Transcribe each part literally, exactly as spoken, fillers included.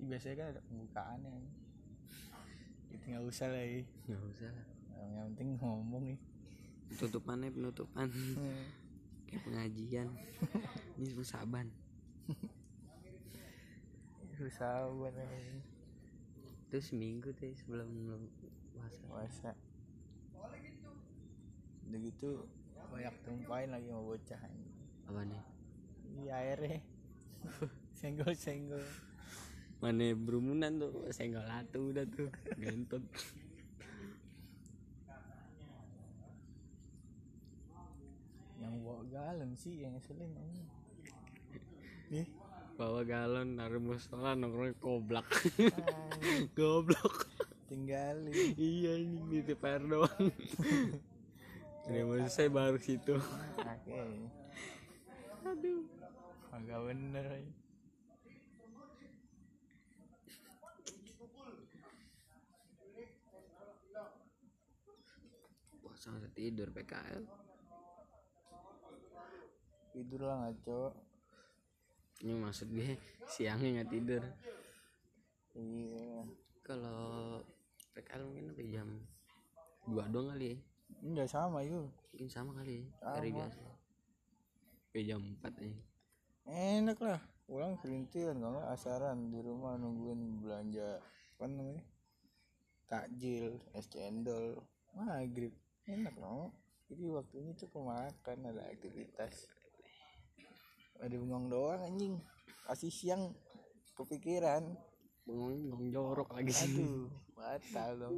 biasanya kan ada pembukaannya. Itu nggak usah lah ya. Nggak usah lah. Yang penting ngomong nih. Tutupannya penutupan. Kayak pengajian. Ini semua saban. Saban aja. Itu seminggu tuh sebelum puasa. Puasa. Udah gitu banyak tumpahin lagi mau bocah. Apa nih? Iya airnya. Senggol-senggol. Mana berumunan tuh, senggol atu udah tuh, gentot. Yang bawa galon sih yang ngeselin ini. Nih, bawa galon naruh musola nongkrong goblok. Goblok. Tinggalin. Iya ini gitu P R doang. Ini mau saya baru situ. Oke. Aduh. Agak bener. Puasa nggak tidur P K L. Tidur lah ngaco. Ini maksud gue siangnya nggak tidur. Iya. Kalau P K L mungkin sampai jam dua doang kali ya. Enggak sama yuk. Mungkin sama kali ya. Sama. Hari biasa. Sampai jam empat aja. Enak lah. Pulang kelintiran kalau nggak asaran di rumah nungguin belanja apa namanya? Takjil, es cendol, maghrib. Enak loh. Jadi waktunya tuh kemakan, ada aktivitas. Ada bengong doang anjing. Kasih siang kepikiran. Bengong bengong jorok lagi sih. Aduh, batal dong.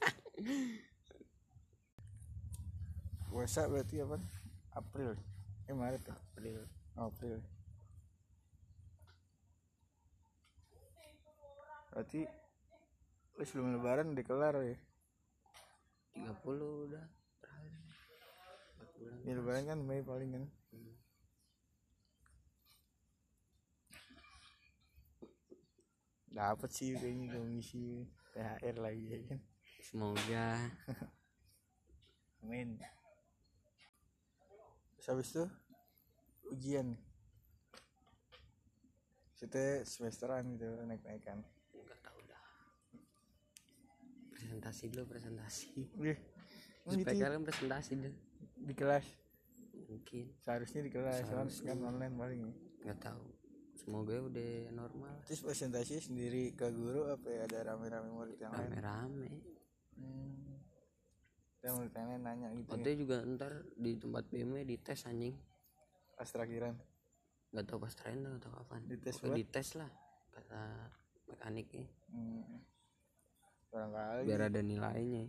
Puasa berarti apa? April. Eh Maret ya? April. Oh, April. Berarti lu sebelum lebaran udah kelar ya? tiga puluh udah berakhir. empat bulan. Ya lebaran kan Mei paling kan. Hmm. Dapat sih kayaknya komisi T H R lagi ya kan. Semoga. Amin. Terus habis itu ujian. Kita semesteran gitu naik-naikan. Enggak tahu dah. Presentasi dulu presentasi. Wih. Terus Gitu P K ya? L kan presentasi dulu. Di kelas. Mungkin. Seharusnya di kelas Seharusnya. kan online paling. Nggak tahu. Semoga udah normal. Terus presentasi sendiri ke guru apa ya, ada rame-rame murid yang lain? Rame-rame. Hmm. Dan murid yang lain nanya gitu. Waktu Ya? juga ntar di tempat B M W dites anjing. Pas terakhiran. Nggak tahu pas terakhir nggak tahu kapan. Dites Pokoknya buat? dites lah kata mekaniknya. Hmm. Barangkali. Biar ada nilainya.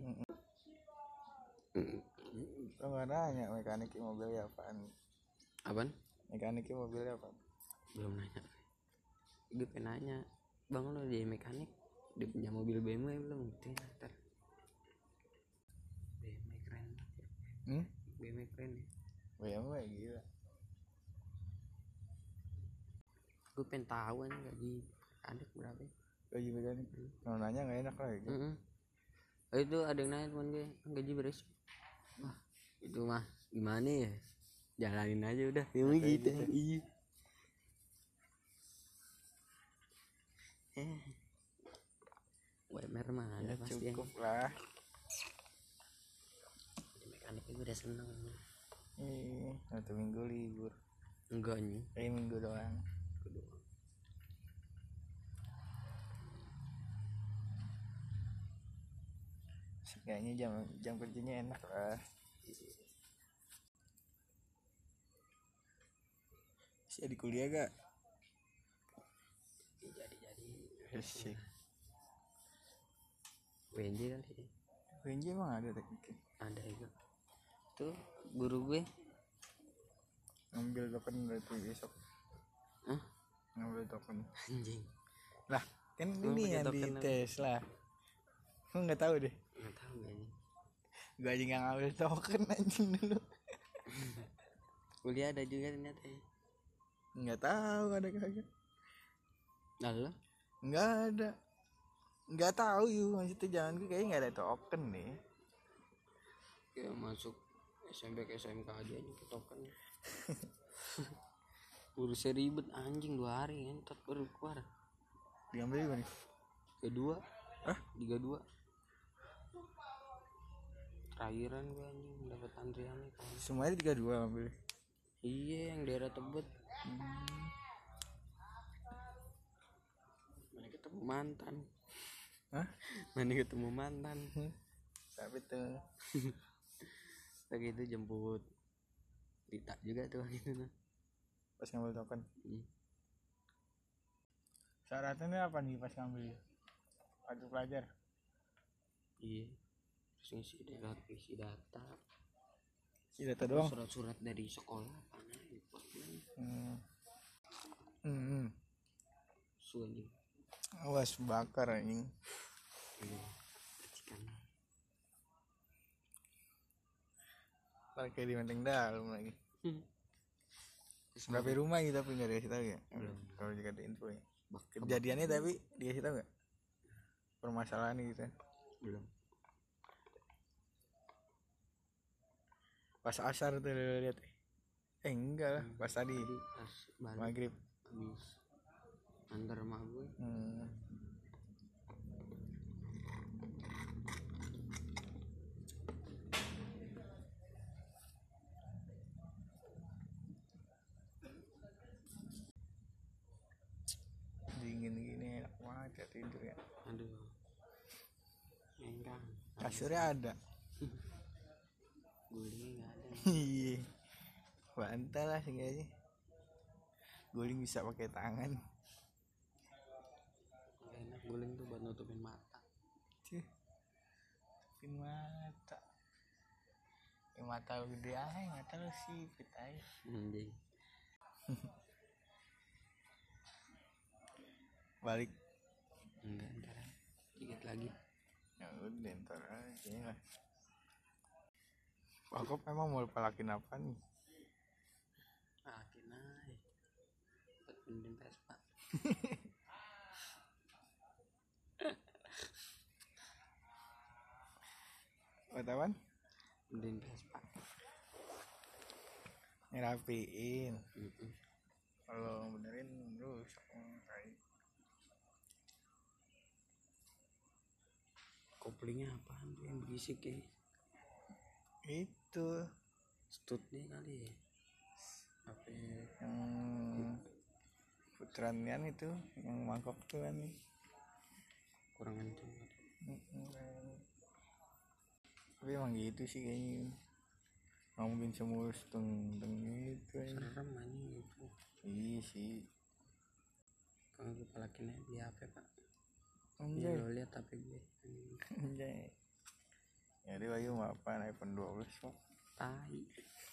Lo nggak nanya mekaniknya mobilnya apaan? Apaan? Mekaniknya mobilnya apaan? Belum nanya. Gue pengen nanya, bang lo jadi mekanik, dia punya mobil B M W belum? Gitu ya ntar. B M W keren. Hmm? B M W keren ya. B M W gila. Gue pengen tahu aja gaji mekanik berapa. Gaji mekanik. Kalau nanya nggak enak lah gitu. Mm-mm. Oh, itu ada yang nanya teman gue, gaji berapa? Wah, itu mah gimana ya? Jalanin aja udah. Emang gitu. gitu. Iya. Eh. W M R mah ada Ya, pasti. cukup lah. Mekanik gue udah seneng. Iya, satu minggu libur. Enggak nih. Eh minggu doang. Kedua. Kayaknya jam jam kerjanya enak lah. Masih di kuliah gak? Jadi-jadi. Asik. W N J kali. W N J emang ada tekniknya? Ada itu. Tuh guru gue. Ngambil token berarti besok. Hah? Ngambil token. Anjing. Lah, kan Emang ini pakai yang token dites lah. Lu nggak tahu deh. Nggak tahu kayaknya. Gue aja nggak ngambil token anjing dulu. Kuliah ada juga ternyata ya. Nggak tahu ada kagak. Nah lo? Nggak ada. Nggak tahu yuk, maksudnya jangan gue kayaknya nggak ada token nih. Kayak masuk S M P ke S M K aja nih ke token. Urusnya ribet anjing, dua hari entot baru keluar. diambil juga nih. Kedua. Hah? Tiga dua. Terakhiran gue anjing dapat antriannya kan. Semuanya tiga dua ambil. Iya yang daerah Tebet. Hmm. Mana ketemu mantan. Hah? Mana ketemu mantan. Tapi tuh Lagi itu jemput Rita juga tuh gitu tuh. pas ngambil token. Hmm. Syaratnya apa nih pas ngambil? Kartu pelajar. Iya. Terus ngisi data, isi data. Isi data doang. Surat-surat dari sekolah mana itu. Hmm. Hmm. Su anjing. Awas bakar anjing. Iya. Percikan. Pakai di Menteng Dalam lagi. Hmm. Berapa rumah gitu tapi nggak dikasih tahu ya? Belum. Kalau dikasih info ya. Bak- Kejadiannya tapi dikasih tahu nggak? Permasalahan gitu. Belum. Pas asar tuh lihat. Eh enggak lah, pas tadi Tadi pas balik maghrib. habis antar rumah gue. Hmm. Dingin gini enak banget ya tidur ya. Aduh. Engkang. Kasurnya ada. Gulingnya nggak ada. Iya. Bantal lah seenggaknya. Guling bisa pakai tangan. Nggak enak guling tuh buat nutupin mata. Cih. Nutupin mata. Ya mata lu gede aja, mata lu sipit aja. Anjing. Balik. Enggak ntar dikit lagi. Ya udah ntar aja lah. Pakop emang mau palakin apa nih? Akin aja. Buat benerin Vespa. Buat apaan? Benerin Vespa. Ngerapiin. Mm-mm. Kalau benerin rusak kayak. Koplingnya apaan tuh yang berisik ya? Itu Stutnya kali ya. apa ya, yang putranian itu yang mangkok tuh kan nih. Kurang kenceng. Tapi emang gitu sih kayaknya. Nggak mungkin semua seteng-teng gitu aja. Serem anjing itu. Iya sih. Kalau gue palakin aja beli H P pak. Anjay. Ya lo lihat H P gue. Anjay. Jadi Bayu mau apa? iPhone dua belas kok. Tai.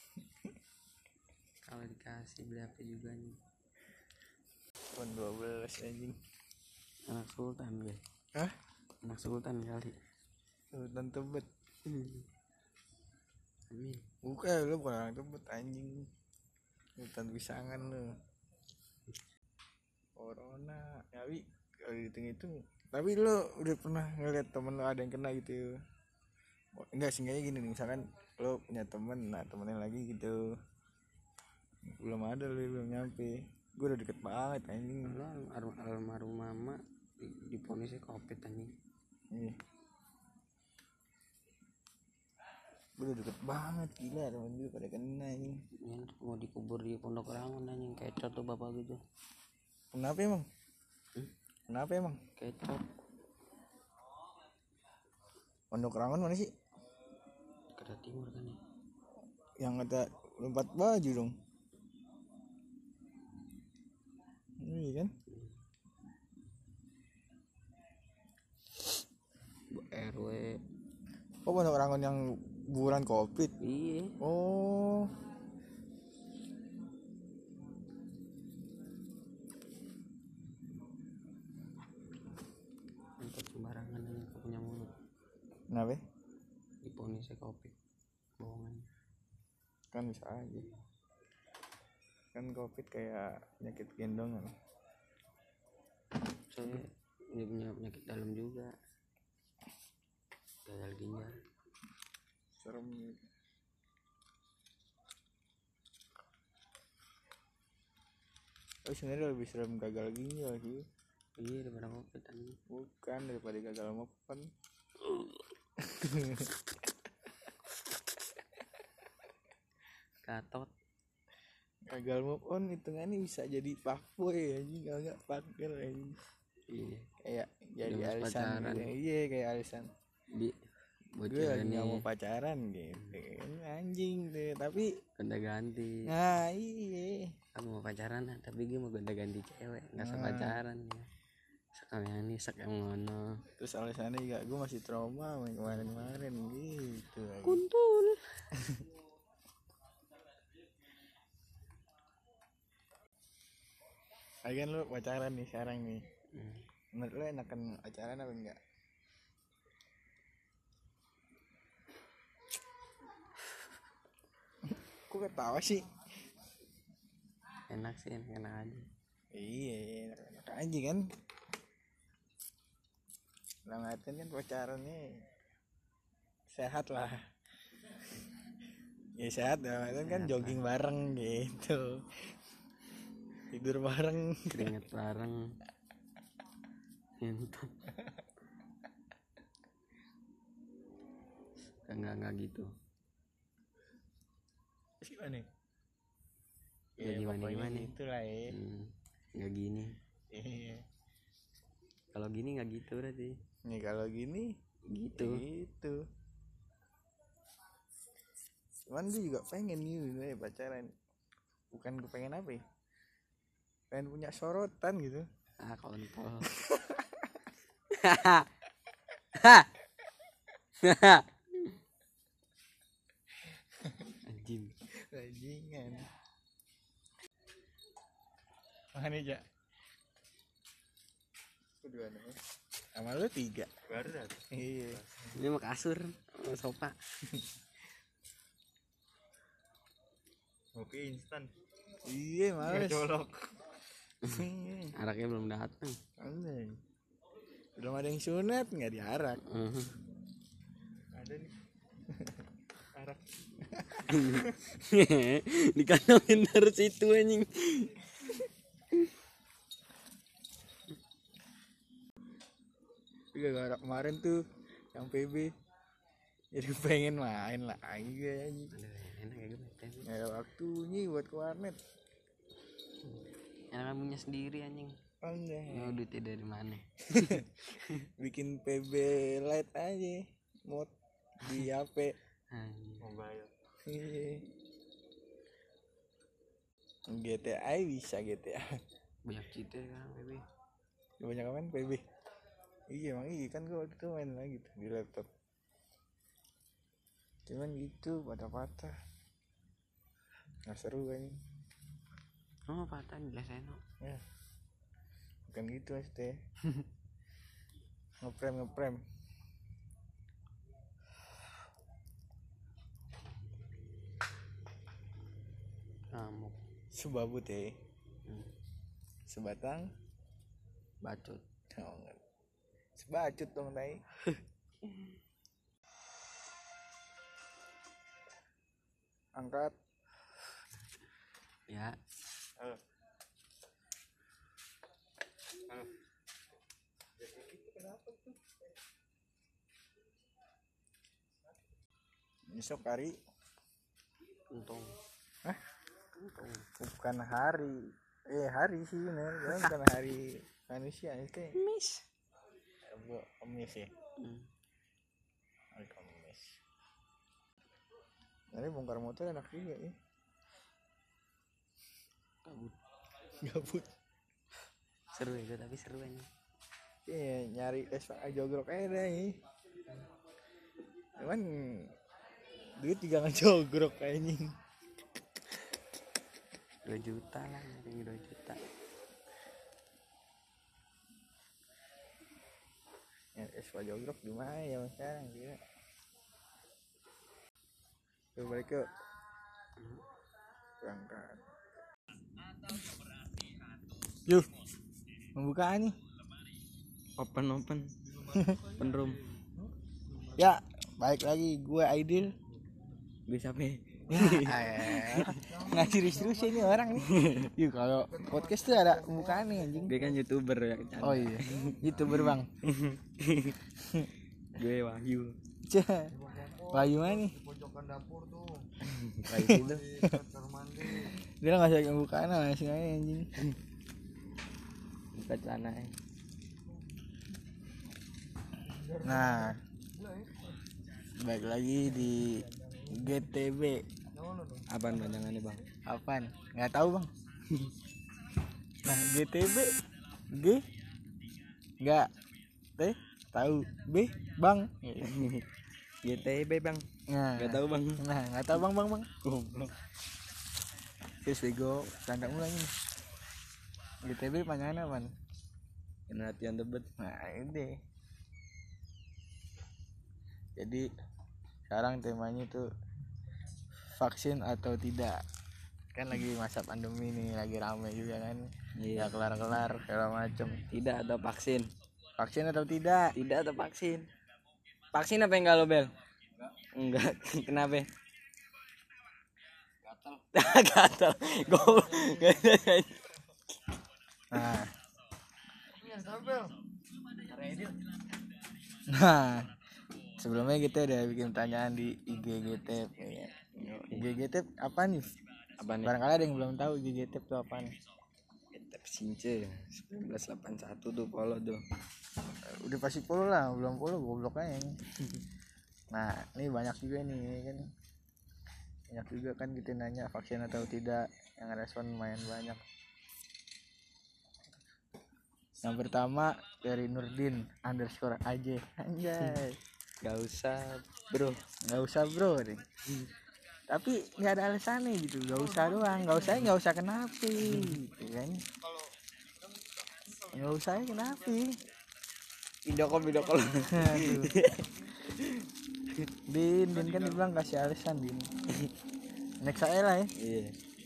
Kalau dikasih beli H P juga nih. iPhone dua belas anjing. Anak sultan gue. Hah? Anak sultan kali. Sultan Tebet. Hmm. Amin. Bukan lu bukan orang Tebet anjing. Sultan Pisangan lu. Corona. Ya wi kalau dihitung-hitung. Tapi lu udah pernah ngeliat temen lu ada yang kena gitu? Oh, enggak sih kayaknya gini nih, misalkan lu punya temen, nah temennya lagi gitu. Belum ada lu belum nyampe. Gue udah deket banget anjing. Lo almarhum almarhum mama diponisnya covid anjing. Iya. Gue udah deket banget gila temen gue pada kena anjing. Ya, mau dikubur di Pondok Rangon anjing kecot tuh bapak gitu. Kenapa emang? Hmm? Kenapa emang? Kecot. Pondok Rangon mana sih? Ke timur kan ya. Yang ada lompat baju dong. Iya kan? R W. Oh Pondok Rangon yang bulan covid. Iya. Oh. Untuk sembarangan yang punya mulut. Kenapa? Diponisnya covid. Bohongan. Kan bisa aja. Kan covid kayak penyakit gendongan. Soalnya dia punya penyakit dalam juga. Gagal ginjal. Serem. Oh sebenarnya lebih serem gagal ginjal sih. Iya daripada ngopet anjing. Bukan, daripada gagal mopen. Gatot. Gagal move on hitungannya bisa jadi fuckboy anjing, kalau enggak fucker anjing. Iya. Kayak jadi Udah mas alasan pacaran. gitu. Iya kayak alasan Di buat gue lagi cewek nggak mau nih pacaran gitu kan, anjing deh. Tapi gonta ganti. nah iya Aku mau pacaran tapi gue mau gonta ganti cewek, nggak usah Nah. pacaran ya. Sak yang ini sak yang ngono. terus alasannya juga gue masih trauma sama yang kemarin-kemarin gitu anjing. Kuntul. Lagian lu pacaran nih sekarang nih, Hmm. menurut lu enakan pacaran apa enggak? Kok ketawa sih? Enak sih, enak, enak aja. Iya enak aja kan. Lah ngatain kan pacaran nih sehat lah. Ya sehat lah, kan, kan Sehat jogging bareng gitu, tidur bareng. Keringet bareng. Ngentot. Enggak enggak gitu. Terus gimana? Ya, gimana pokoknya gimana. gitu lah ya. Hmm. Nggak gini. Iya. Kalau gini nggak gitu berarti. Nih kalau gini Gitu. gitu. Cuman gue juga pengen nih gue pacaran. Bukan gue pengen apa ya, pengen punya sorotan gitu. Ah kontol. Anjing. Bajingan. Mana aja? Kedua nih. Sama lu tiga. Baru dah. Iya. Ini mah kasur sama sofa. Kopi instan. Iya males. Nggak colok. Araknya belum datang. Anjing. Belum ada yang sunat nggak diarak. Uh-huh. Ada nih. Arak. Dikantongin terus itu anjing. Juga gara kemarin tuh yang P B, jadi pengen main lagi gue anjing. Aduh, enak ya gue main. Nggak ada waktunya buat ke warnet. Enak punya sendiri anjing. Anjing. Mau duitnya dari mana? Bikin P B Lite aja mod di H P. Anjing. Mobile. Iya. G T A bisa G T A. Banyak cheater kan baby. Banyak apaan P B? Iya emang iya kan gue waktu itu main lagi tuh di laptop. Cuman gitu patah-patah. Nggak seru kan? Oh patah biasa enak. Ya. Bukan gitu maksudnya. Ngeprem ngeprem. Ngamuk. Sebabut ya. Hmm. Sebatang. Bacot. Oh, enggak. Sebacut dong tai. Angkat. Ya. Halo. Halo. Besok hari. Untung. Hah? Untung. Bukan hari. Eh hari sih bener. Kan bukan hari manusia itu. Miss. Bu, Kamis ya. Hmm. Hari Kamis. Ini bongkar motor enak juga ya. Kabut. Gabut. Seru ya tapi seru aja. Iya nyari Vespa jogrok aja deh ya. Cuman duit juga ngejogrok kayaknya. Dua juta lah, nyari dua juta. Ya Vespa jogrok gimana ya sekarang dia. Yuk balik yuk. Berangkat. Yuk. Membuka nih. Open open. Open room. Ya, balik lagi gue Aidil. Bisa pe. Ya, nggak serius-serius ini orang nih. Yuk kalau podcast tuh ada mukanya anjing. Dia kan youtuber ya. Oh iya, youtuber bang. Gue Wahyu. Cah, Wahyu mana nih? Kayak gitu. Dia nggak usah mukanya langsung aja anjing. Buka celana. Nah, balik lagi di G T B. Apaan panjangannya bang? Apaan? Nggak tahu bang. Nah, G T B, G, nggak, T, tahu, B, bang. G T B bang. Nah, Gak tahu bang. Nah, nggak tahu bang, bang, bang. Goblok. Terus bego, tanda mulai nih. G T B panjangannya apaan? Latihan tebet. Nah, ini. Jadi sekarang temanya tuh vaksin atau tidak. Kan lagi masa pandemi nih, lagi rame juga kan. Iya. Ya kelar-kelar segala macem. Tidak atau vaksin? Vaksin atau tidak? Tidak atau vaksin? Vaksin apa yang enggak lo bel? Enggak. Kenapa? Gatal. Gatal. Go. Nah. Nah. Sebelumnya kita udah bikin pertanyaan di I G G T P ya. I G G T P apa nih? Apa nih? Barangkali ada yang belum tahu I G G T P itu apa nih? Getep Since seribu sembilan ratus delapan puluh satu tuh follow tuh. Udah pasti follow lah, belum follow goblok aja. Nah, ini banyak juga nih kan. Banyak juga kan kita nanya vaksin atau tidak, yang respon lumayan banyak. Yang pertama dari Nurdin underscore aja. Anjay. Gak usah bro. Nggak usah bro nih. Tapi nggak ada alasannya gitu, nggak usah doang, nggak usah nggak usah kenapa gitu kan, nggak usah kenapa. Video call video call. Aduh. Din, Din kan dibilang kasih alasan Din. Next saya lah ya. Iya.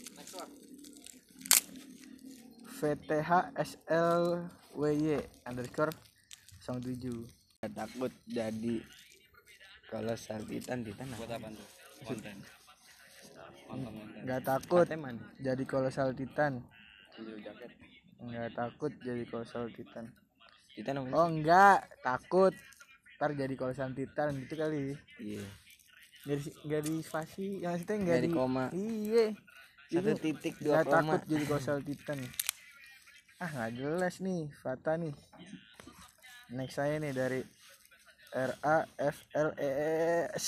V T H S L W Y underscore nol tujuh. Takut jadi kalau sal titan titan buat apa tuh? Konten. Nggak takut Teman. jadi kolosal titan. Jaket. Nggak takut jadi kolosal titan. Titan apa? Oh enggak, takut ntar jadi kolosal titan gitu kali. Iya. Nggak di, nggak di spasi, yang maksudnya nggak Nggak di koma. Iya. Satu Itu titik dua nggak koma. takut jadi kolosal titan. Ah nggak jelas nih, Fata nih. Next saya nih dari R A F L E S.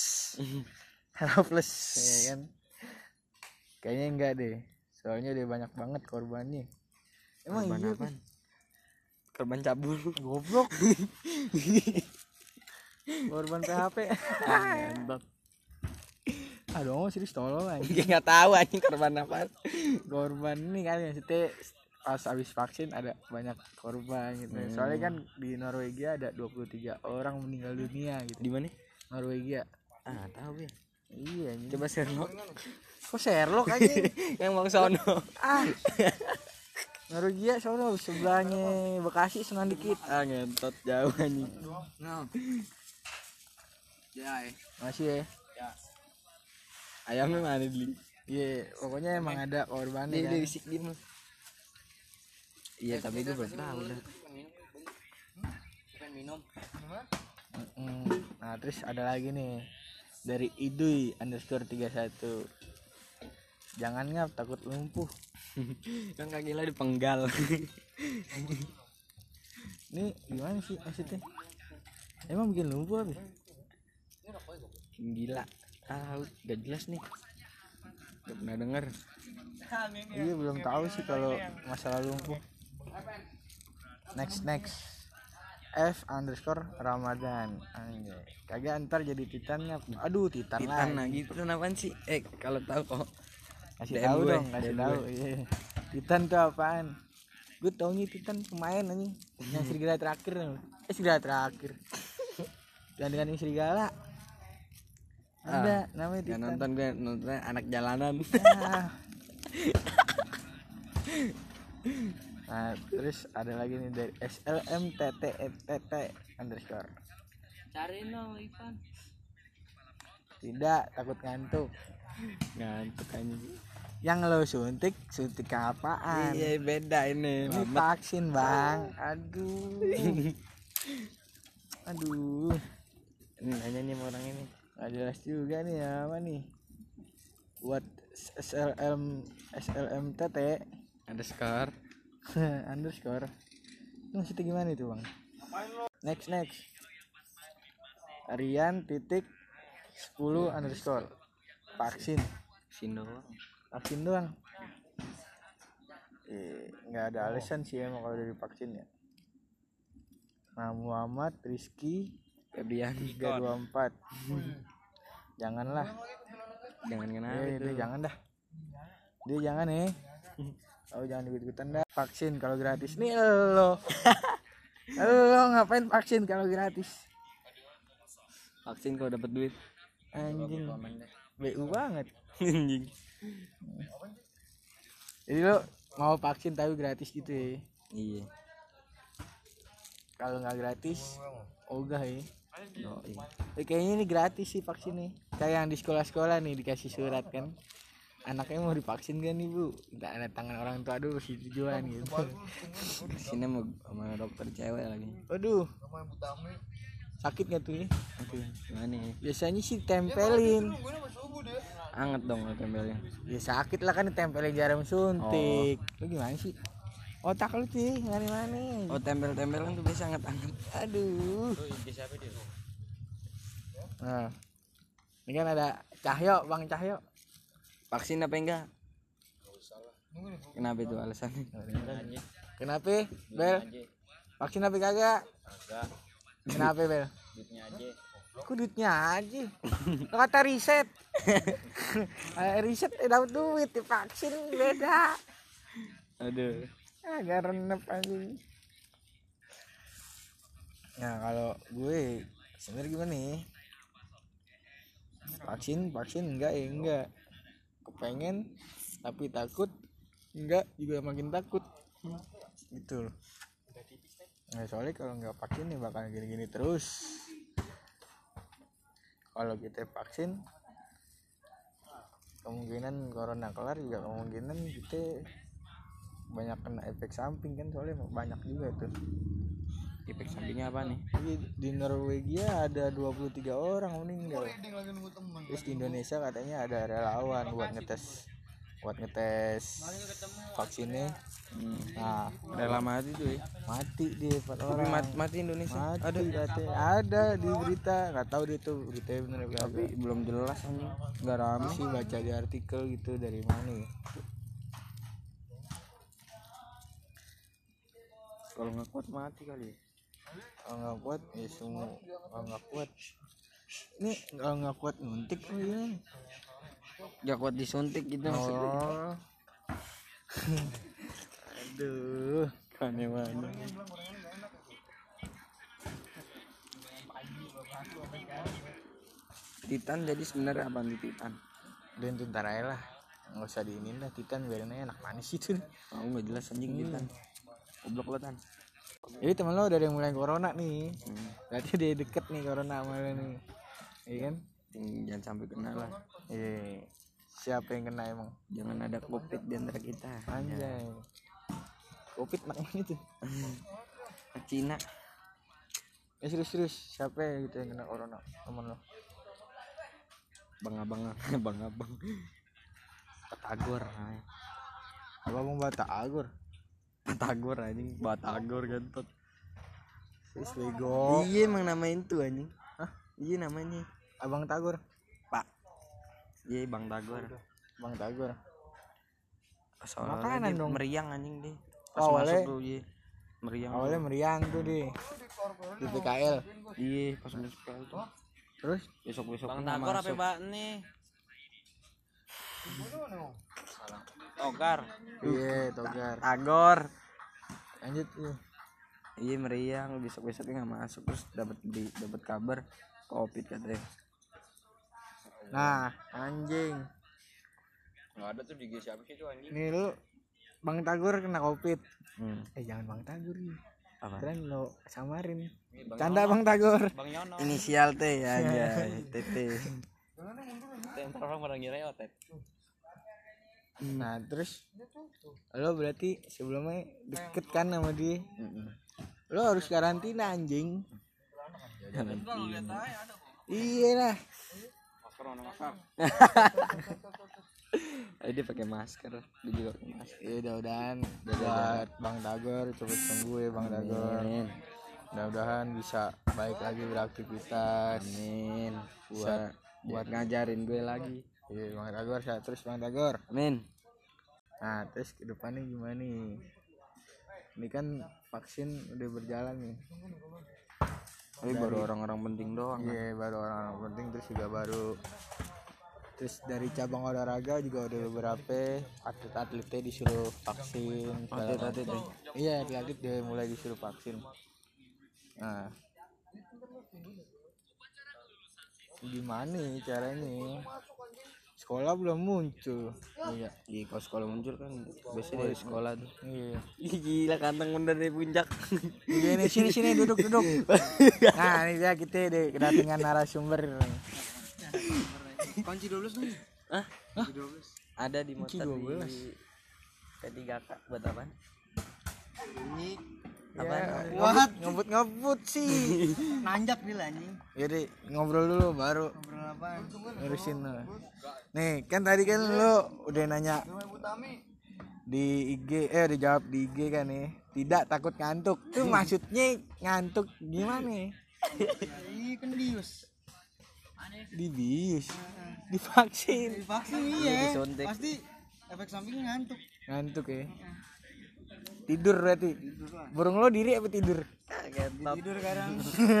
Plus ya kan. Kayaknya enggak deh. Soalnya dia banyak banget korbannya. Emang Korban iya apaan? Korban cabul. goblok. Korban P H P. Ngentot. Aduh, serius tolong aja. Enggak tahu anjing korban apa. Korban ini kan maksudnya pas habis vaksin ada banyak korban gitu. Hmm. Soalnya kan di Norwegia ada dua puluh tiga orang meninggal dunia gitu. Di mana? Norwegia. Ah, tahu ya. Iya, anjing. Coba Sherlock. Kok Sherlock aja? Yang mau sono. Ah. Norwegia sono sebelahnya Bekasi senang dikit. Ah, ngentot jauh anjing. No. Ya, eh. Masih ya. Ya. Ayamnya mana beli? Iya, pokoknya emang ada korbannya Dia kan. dari sik dia mah. Iya, tapi gue belum tahu dah. Pengen minum. Mm-mm. Nah, terus ada lagi nih dari Idui underscore tiga satu. Jangan ngap, takut lumpuh. Kan kaki lah dipenggal. Ini gimana sih maksudnya? Emang bikin lumpuh apa? Gila. Tahu, gak jelas nih. Gak pernah denger. Iya belum tahu sih kalau masalah lumpuh. Next next F underscore Ramadan. Anjay. Kagak ntar jadi titannya. Aduh titan, Titan lah. lagi. Titan apaan sih? Eh, kalau tahu kok. Kasih D M tahu gue, dong, kasih D M tahu. gue. Iya. Titan tuh apaan? Gue taunya Titan pemain anjing. Yang serigala terakhir. Eh serigala terakhir. Yang dengan yang serigala. Ada namanya Gak Titan. nonton gue, nontonnya anak jalanan. Ah. Nah, terus ada lagi nih dari S L M T T T T underscore. Cari no Ivan. Tidak, takut ngantuk. Ngantuk anjing. Yang lo suntik, suntik apaan? Iya beda ini. Ini vaksin bang. Aduh. Aduh. Ini nanya nih sama orang ini. Gak jelas juga nih apa nih. Buat S L M S L M T T Ada skor. underscore. Itu maksudnya gimana itu bang? Next next. Rian titik sepuluh underscore. Vaksin. Sino doang. Vaksin doang. Eh, nggak ada alasan sih emang kalau dari vaksin ya. Nah, Muhammad Rizky Febian tiga dua empat. Janganlah. Jangan kenapa Eh, itu. dia jangan dah. Dia jangan nih. Oh, jangan ikut-ikutan dah. Vaksin kalau gratis nih lo. Lo ngapain vaksin kalau gratis? Vaksin kalau dapat duit. Anjing. B U banget. Anjing. Jadi lo mau vaksin tapi gratis gitu ya. Iya. Kalau nggak gratis ogah ya. Oh, iya. Eh, kayaknya ini gratis sih vaksin nih. Kayak yang di sekolah-sekolah nih dikasih surat kan. Anaknya mau divaksin kan nih bu, nggak ada tangan orang tua dulu sih tujuan gitu. Sini mau sama dokter cewek lagi. Waduh, sakit nggak tuh ya? Oke, gimana ya? Biasanya sih tempelin. Anget dong lo tempelnya. Ya sakit lah kan ditempelin jarum suntik. Lu gimana sih? Otak lu sih mana-mana. Oh tempel-tempel kan tuh biasa anget-anget. Aduh. Nah, ini kan ada Cahyo, Bang Cahyo. Vaksin apa enggak? Kenapa itu alasannya? Kenapa, Bel? Vaksin apa kagak? Kenapa, Bel? Duitnya aja. Kok duitnya aja? Kata riset. Riset eh, dapat duit, vaksin beda. Aduh. Agak renep anjing. Nah, kalau gue sebenarnya gimana nih? Vaksin, vaksin enggak ya enggak. Kepengen tapi takut, enggak juga makin takut. Gitu loh. Nah, soalnya kalau nggak vaksin nih bakal gini-gini terus. Kalau kita vaksin kemungkinan corona kelar juga kemungkinan kita banyak kena efek samping kan, soalnya banyak juga tuh. Efek sampingnya apa nih? Jadi di Norwegia ada dua puluh tiga orang meninggal. Terus di Indonesia katanya ada relawan buat ngetes buat ngetes vaksinnya. Hmm. Nah, Rela mati tuh ya. mati dia empat Tapi orang. mati, mati Indonesia. Mati Ada. katanya. Ada di berita, nggak tahu dia tuh beritanya bener apa Tapi belum jelas anjing. nggak rame sih, baca di artikel gitu dari mana ya. Kalau nggak kuat mati kali. Kalau nggak kuat ya semua kalau nggak kuat. Ini kalau nggak kuat nuntik oh iya. Gak kuat disuntik gitu maksudnya. Oh. Aduh, Mana-mana. Titan jadi sebenarnya apa nih Titan? dan ntar aja lah, nggak usah diinin lah. Titan biarin aja, anak manis itu. Aku nggak jelas anjing Titan. Goblok lo Tan. Jadi temen lo udah ada yang mulai corona nih, Hmm. berarti dia deket nih corona sama lo nih, iya kan? Jangan sampai kena lah. Iya. Siapa yang kena emang? Jangan ada covid di antara kita. Anjay. Covid nak mana itu? Ke Cina. Ya serius-serius, siapa ya gitu yang kena corona temen lo? Bang-abang, bang-abang. Batagor. ay. Apa bang Batagor? Batagor anjing, Batagor gentot. Sis Lego. Iya emang namain tuh anjing. Hah? Iya namanya. Abang Tagor. Pak. Iya Bang Tagor. Bang Tagor. Soalnya Makanan dia dong. meriang anjing deh. Pas Awalnya- masuk tuh iya. Meriang. Awalnya meriang tuh di di P K L. Iya pas masuk ke itu. Terus Besok-besok Bang nggak Tagor apa masuk. Mbak nih? Togar. iya Togar. Tagor. Lanjut tuh. Iya meriang, besok-besoknya nggak masuk terus dapat di dapat kabar covid katanya. Nah, anjing. Enggak ada tuh di G siapa sih itu anjing? Nih lu Bang Tagor kena Covid. Hmm. Eh jangan Bang Tagor nih. Apa? Keren lo samarin. Ini Bang Canda Nyono. Bang Tagor. Bang Nyono. Inisial T ya aja, T T. T Ntar orang pada ngira otet. Nah terus lo berarti sebelumnya deket kan sama dia. Lo harus karantina anjing. Iya lah. Masker mana masker? Eh, dia pakai masker, dia juga pakai masker. Ya udah-udahan buat Bang Tagor cepet sembuh ya Bang Tagor. Amin. Mudah-mudahan bisa baik lagi beraktivitas. Amin. Bisa Buat buat ngajarin gue lagi. Iya Bang Tagor sehat terus Bang Tagor. Amin. Nah terus kedepannya gimana nih? Ini kan vaksin udah berjalan nih. Tapi baru orang-orang penting doang. Iya baru orang-orang penting, terus juga baru terus dari cabang olahraga juga udah beberapa atlet-atletnya disuruh vaksin. Atlet-atlet ya? Iya atlet-atlet udah mulai disuruh vaksin. Nah gimana nih caranya? Sekolah belum muncul. Iya. Iya, kalau sekolah muncul kan biasanya dari sekolah tuh. Iya. Ih, gila kanteng bener dari puncak. Gini sini sini duduk duduk. Nah ini dia kita deh kedatangan narasumber. Kunci dua belas nih. Hah? Ada di motor dua belas. di P tiga K buat apa? Ini Ya, What? ngebut ngebut sih. nanjak dia lah anjing. Jadi ngobrol dulu baru Ngobrol apaan? ngurusin lo. Nih kan tadi kan lo udah nanya di I G eh udah jawab di I G kan nih. Tidak takut ngantuk. Tuh maksudnya ngantuk gimana? Ih kan bius. Dibius. Divaksin. Vaksin iya. Disuntik. Pasti efek sampingnya ngantuk. Ngantuk ya. Tidur berarti. Tidur lah. Burung lo diri apa tidur? Tidur kadang.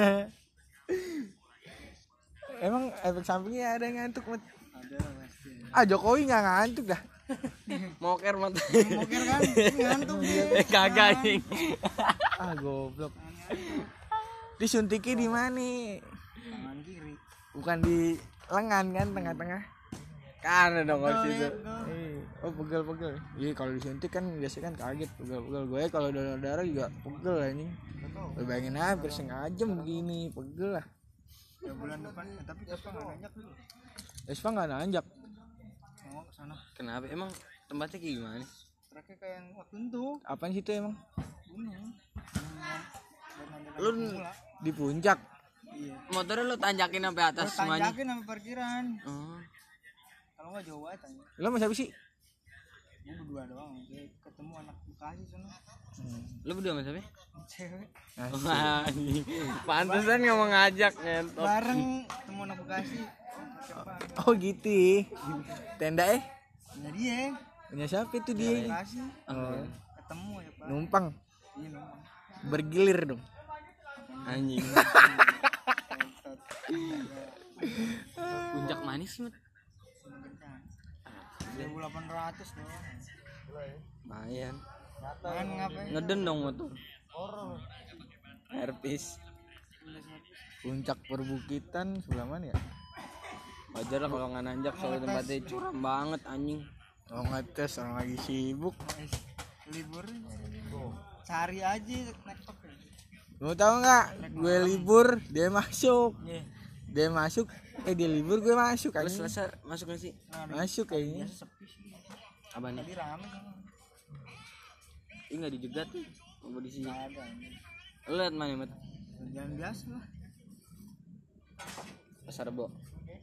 Emang efek sampingnya ada yang ngantuk, Mat? Ada lah pasti. Ah Jokowi nggak ngantuk dah. Moker mata. Moker kan ngantuk dia. Eh kagak anjing. Ah goblok. Disuntiknya di mana? Tangan kiri. Bukan di lengan kan tengah-tengah. Kan dong kalau Pegel situ. ya, pegel. Eh, oh pegel-pegel. Iya kalau disuntik kan biasanya kan kaget pegel-pegel. Gue kalau darah-darah juga pegel anjing. Lo bayangin aja hampir setengah jam begini pegel lah. Ya bulan depan ya, tapi Vespa nggak nanjak dulu. Vespa nggak nanjak. Mau ke sana. Kenapa? Emang tempatnya kayak gimana? Terakhir kayak yang waktu itu Apaan sih itu emang? gunung. Lu Di puncak. Iya. motornya lu tanjakin sampai atas Terus semuanya. tanjakin sampai parkiran. Oh. Kalau nggak jauh banget aja. Lo mau siapa sih? Gue berdua doang. Kayak ketemu anak Bekasi sana. Lu berdua sama siapa? Cewek. Wah, anjing. Pantesan nggak mau ngajak ngentot. Bareng ketemu anak Bekasi. Siapa? Oh gitu. Tenda eh? Punya dia. Punya siapa itu dia? Bekasi. Oh, Ketemu ya Pak. numpang. Iya numpang. Bergilir dong. Anjing. Kentot. Puncak manis mat. seribu delapan ratus doang. Lumayan. Main ngapain? Ngeden dong motor. Airpiece. Puncak perbukitan sebelah mana ya? Wajar lah kalau nggak nanjak soalnya tempatnya curam banget anjing. Oh ngetes orang lagi sibuk. Libur. Cari aja naik top. Mau tahu nggak? Gue libur, dia masuk. Iya. Dia masuk, eh dia libur gue masuk kan? Terus selesai masuk nggak sih? Nah, Masuk kayaknya. sepi sih. Apa nih? Tadi rame kan. Ih nggak dijegat nih. Mau di sini. Nggak ada ini. Lu liat mana mat? Jalan biasa lah. Pasar Rebo.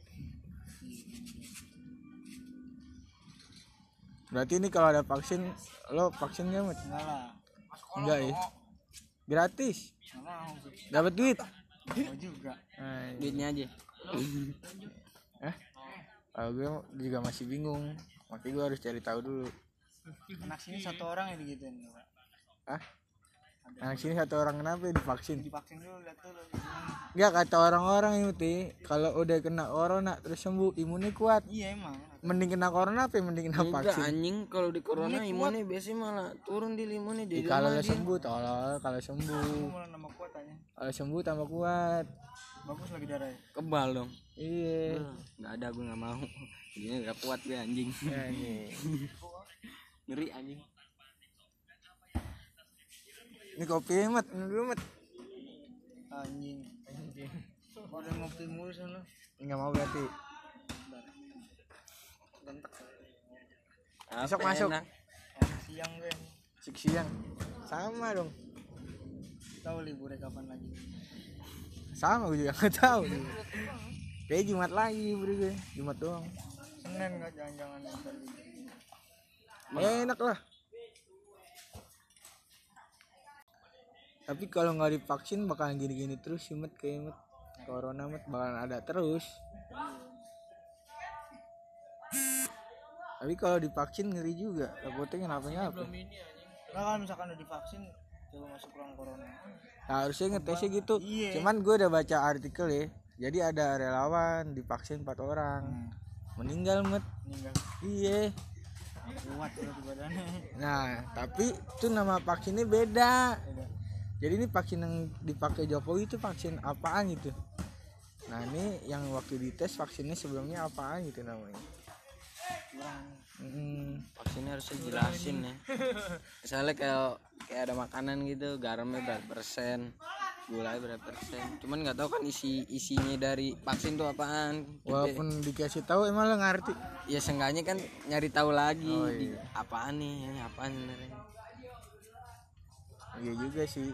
Berarti ini kalau ada vaksin, lo vaksin nggak Mat? Enggak lah. Enggak ya? Gratis. Enggak mau. Dapat duit. Mau juga. Nah, Duitnya aja. eh? Kalau gue juga masih bingung. Makanya gue harus cari tahu dulu. Anak sini satu orang yang digituin. Pak. Ah? Anak sini satu orang kenapa divaksin? Divaksin dulu lihat dulu. Enggak kata orang-orang itu, kalau udah kena corona terus sembuh imunnya kuat. Iya emang. Mending kena corona apa mending kena Enggak vaksin? anjing kalau di corona imunnya biasanya malah turun di imunnya Ya, di kalau rumah lo dia. sembuh tolol, kalau sembuh. Aku malah nambah kuat aja. Kalau sembuh tambah kuat. Bagus lagi darahnya. Kebal dong. Iya. Nggak ada gue nggak mau. Ini nggak kuat gue anjing. Ya, ini. Ngeri anjing. Ini kopi mat, ini dulu mat. Anjing. Udah ngopi mulu sana. Enggak mau berarti. rentek. Besok Apa masuk. enak? Enak siang gue. Sik siang. Sama dong. Tahu liburnya kapan lagi? Sama gue juga nggak tahu. Kayak Jumat lagi libur gue. Jumat doang. Senin nggak jangan-jangan ntar libur. Enak lah. Tapi kalau nggak divaksin bakalan gini-gini terus sih met kayak met. Corona met bakalan ada terus. Tapi kalau divaksin ngeri juga. Takutnya kenapa-napa. Belum ini anjing. Nah, kalau misalkan udah divaksin coba masuk ruang corona. Nah, harusnya ngetesnya gitu. Iya. Cuman gue udah baca artikel ya. Jadi ada relawan divaksin empat orang. Hmm. Meninggal met. Meninggal. Iya. Kuat berarti badannya. Nah, tapi itu nama vaksinnya beda. Beda. Jadi ini vaksin yang dipakai Jokowi itu vaksin apaan gitu. Nah, ini yang waktu dites vaksinnya sebelumnya apaan gitu namanya. Kurang. Hmm. Vaksinnya harusnya jelasin ya. Misalnya kayak kayak ada makanan gitu, garamnya berapa persen, gulanya berapa persen. Cuman nggak tahu kan isi isinya dari vaksin tuh apaan. Walaupun dikasih tahu emang lo ngerti. Ya seenggaknya kan nyari tahu lagi Oh, di, iya. apaan nih, ini apaan sebenarnya. Iya juga sih.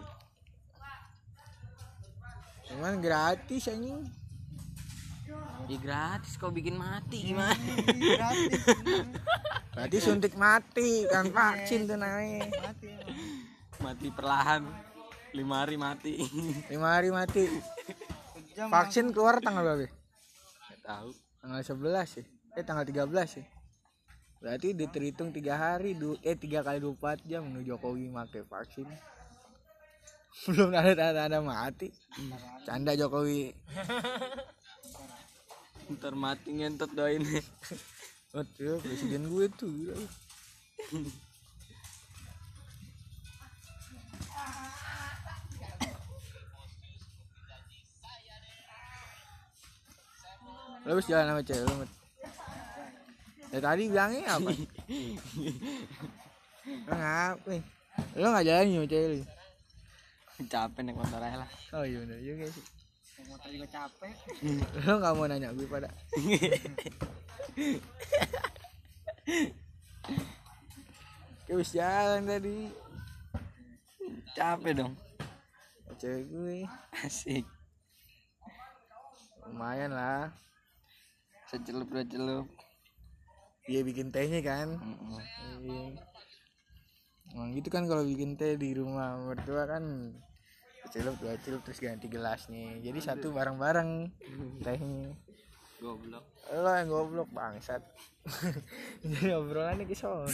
Cuman gratis anjing. Ya gratis kau bikin mati gimana? Gratis. Berarti suntik mati kan vaksin tuh naik. Mati emang. Mati perlahan. Lima hari mati. Lima hari mati. Kejam. Vaksin keluar tanggal berapa? Nggak tahu. Tanggal sebelas ya. Eh tanggal tiga belas ya. Berarti terhitung tiga hari du eh tiga kali dua puluh empat jam menuju Jokowi pakai vaksin. Belum ada tanda-tanda mati. Canda Jokowi. Ntar mati ngentot doain. Oh, tuh, presiden gue tuh. Gila. Lo habis jalan sama cewek lo, Mat? Ya tadi bilangnya apa? Lo ngapain? Lo nggak jalan sama cewek lo? Capek naik motor aja lah. Oh iya bener juga sih. Naik motor juga capek. Lo nggak mau nanya gue pada? Kayak habis jalan tadi. Capek dong. Sama cewek gue. Asik. Lumayan lah. Secelup dua celup. Dia bikin tehnya kan. Mm-mm. Iya. Emang gitu kan kalau bikin teh di rumah mertua kan celup dua celup terus ganti gelasnya. Jadi satu bareng-bareng tehnya. Goblok. Lo yang goblok bangsat. Jadi obrolannya ke sono.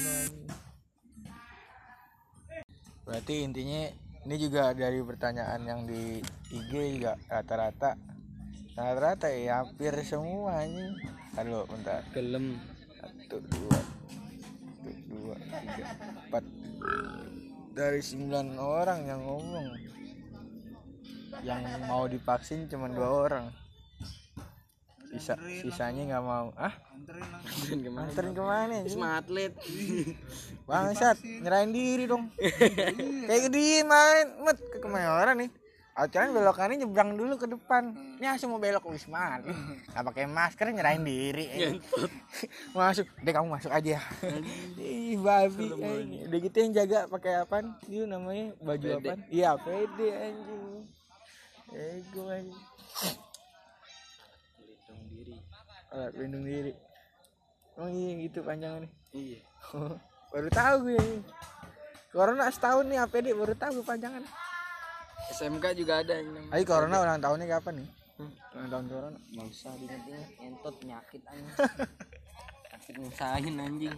Berarti intinya ini juga dari pertanyaan yang di I G juga rata-rata rata-rata ya hampir semuanya. Aduh bentar. Gelem. Satu dua satu dua tiga empat dari sembilan orang yang ngomong yang mau divaksin cuma dua orang. Sisa sisanya nggak mau. Ah Anterin lah. Anterin kemana? anterin kemana Wisma Atlet. bangsat nyerahin diri dong. Kayak gede main met ke Kemayoran nih. Acaranya belokannya nyebrang dulu ke depan. Ini langsung mau belok ke Wisma Atlet. Nggak pakai masker nyerahin diri. Eh. Masuk, deh kamu masuk aja. Ih babi. Eh. Udah gitu yang jaga pakai apaan? Dia namanya baju P D. apaan? Iya P D anjing. Ego anjing. Pelindung diri. Alat pelindung diri. Oh iya gitu panjangannya. Iya. Baru tahu gue. Corona setahun nih A P D baru tahu panjangan. S M K juga ada yang namanya. Ayo corona ulang tahunnya kapan nih? Hmm. Ulang tahun corona. Nggak usah diinget-inget, entot penyakit anjing. Penyakit ngusahin anjing.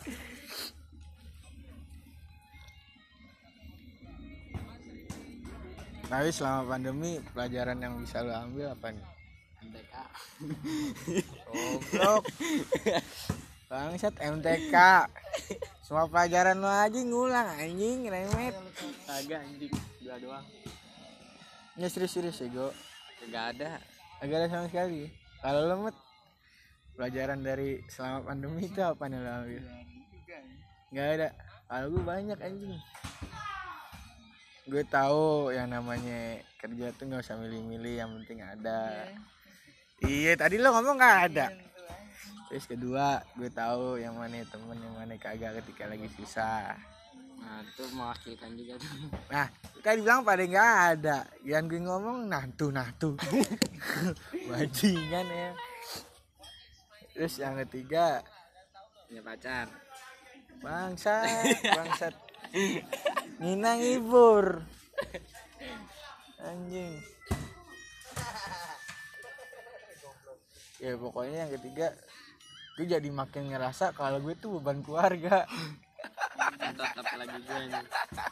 Tapi selama pandemi pelajaran yang bisa lo ambil apa nih? M T K. Goblok. Bangsat M T K. Semua pelajaran lo aja ngulang anjing remet. Kagak anjing, dua doang. Ya serius-serius ya go. Kagak ada. Agak ada sama sekali. Kalau lo Met, pelajaran dari selama pandemi itu apa nih lo ambil? Gak ada. Kalau gue banyak anjing. Gue tahu yang namanya kerja tuh nggak usah milih-milih, yang penting ada. Iya tadi lo ngomong nggak ada. Terus kedua, gue tahu yang mana temen yang mana kagak ketika lagi susah. Nah itu mewakilkan juga tuh. Nah, kan dibilang pada nggak ada. Yang gue ngomong nah tuh nah tuh. Bajingan ya. Terus yang ketiga, Punya pacar. bangsat, bangsat. Nina ngibur. Anjing. Ya pokoknya yang ketiga, gue jadi makin ngerasa kalau gue tuh beban keluarga. Tetap lagi gue nih.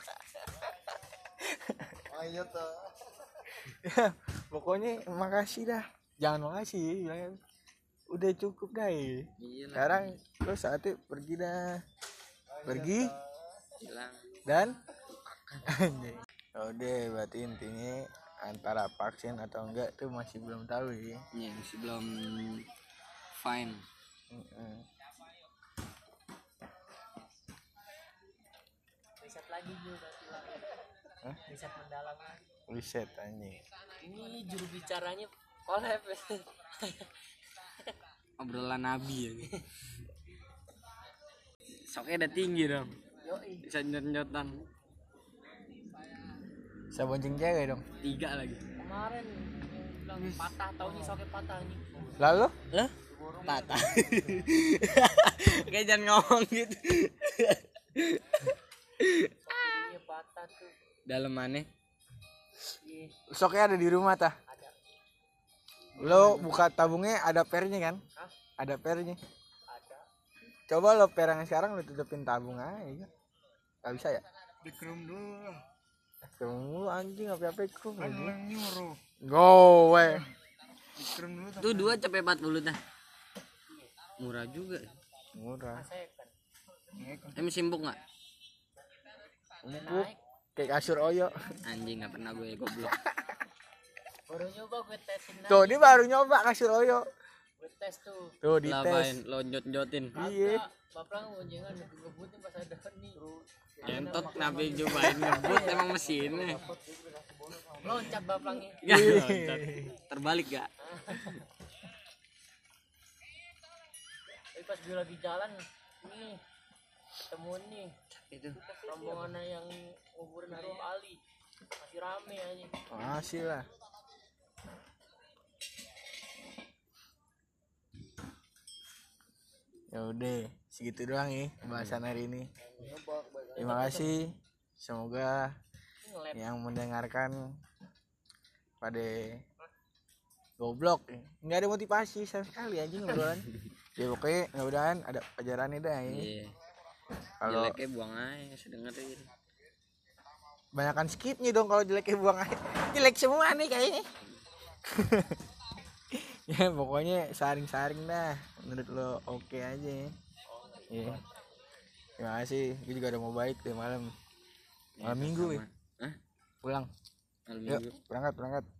Ayo tuh. Ya, pokoknya makasih dah. Jangan makasih, bilangnya. Udah cukup dah. Ya. Iya lah. Sekarang lo saatnya pergi dah. Pergi Hilang. dan anjing. Udah, berarti intinya antara vaksin atau enggak tuh masih belum tahu ya. Iya masih belum fine. Mm-mm. Riset lagi juga berarti lagi. Hah? Riset mendalam. Riset anjing. Ini juru bicaranya collab. Obrolan nabi ya. Soknya udah tinggi dong. Yoi. Bisa nyot-nyotan. Saya bonceng cewek dong. Tiga lagi. Kemarin yang bilang patah, taunya soknya patah nih. Lalu? Lah? Patah. Kayak jangan ngomong gitu. Iya patah tuh. Dalam mana? Iya Soknya ada di rumah tah. ada. Lo buka tabungnya ada pernya kan? Hah? Ada pernya. Ada. Coba lo per yang sekarang lo tutupin tabung aja. Gak bisa ya? Dikrum dulu. Kamu anjing apa-apa krum Kan lagi. yang nyuruh. Go we. Dikrum dulu tuh. Tuh dua cepet empat puluh dah. Murah juga. Murah. Saya kan. Iya kan. Emang simpuk nggak? Empuk. Kayak kasur Oyo. Anjing nggak pernah gue goblok. Baru nyoba gue tesin lagi. Tuh, ini baru nyoba kasur Oyo. Gue tes tuh. Tuh di Lapain tes. lonjot-jotin. Iya. Bapak ngeboncengan ngebutin pas ada nih. Entot kenapa cobain ngebut emang mesinnya. Loncat bapaknya. Ya, loncat. Terbalik gak? Tapi pas gue lagi jalan nih temuin nih Itu. rombongan yang nguburin Arif Ali masih rame aja. Masih lah. Ya udah, segitu doang ya pembahasan hari ini. Terima kasih. Semoga Ngelep. yang mendengarkan pada goblok nggak ada motivasi sama sekali anjing ngobrolan. Ya pokoknya mudah-mudahan ada pelajarannya dah ya. Iya. Kalau Jeleknya buang aja sedengerin. banyakan skipnya dong kalau jeleknya buang aja. Jelek semua nih kayaknya. Ya pokoknya saring-saring dah. Menurut lo oke aja ya. Iya. Terima kasih. Gue juga udah mau balik deh malam. Malam minggu ya. Hah? Pulang. Malam Yuk minggu. berangkat berangkat.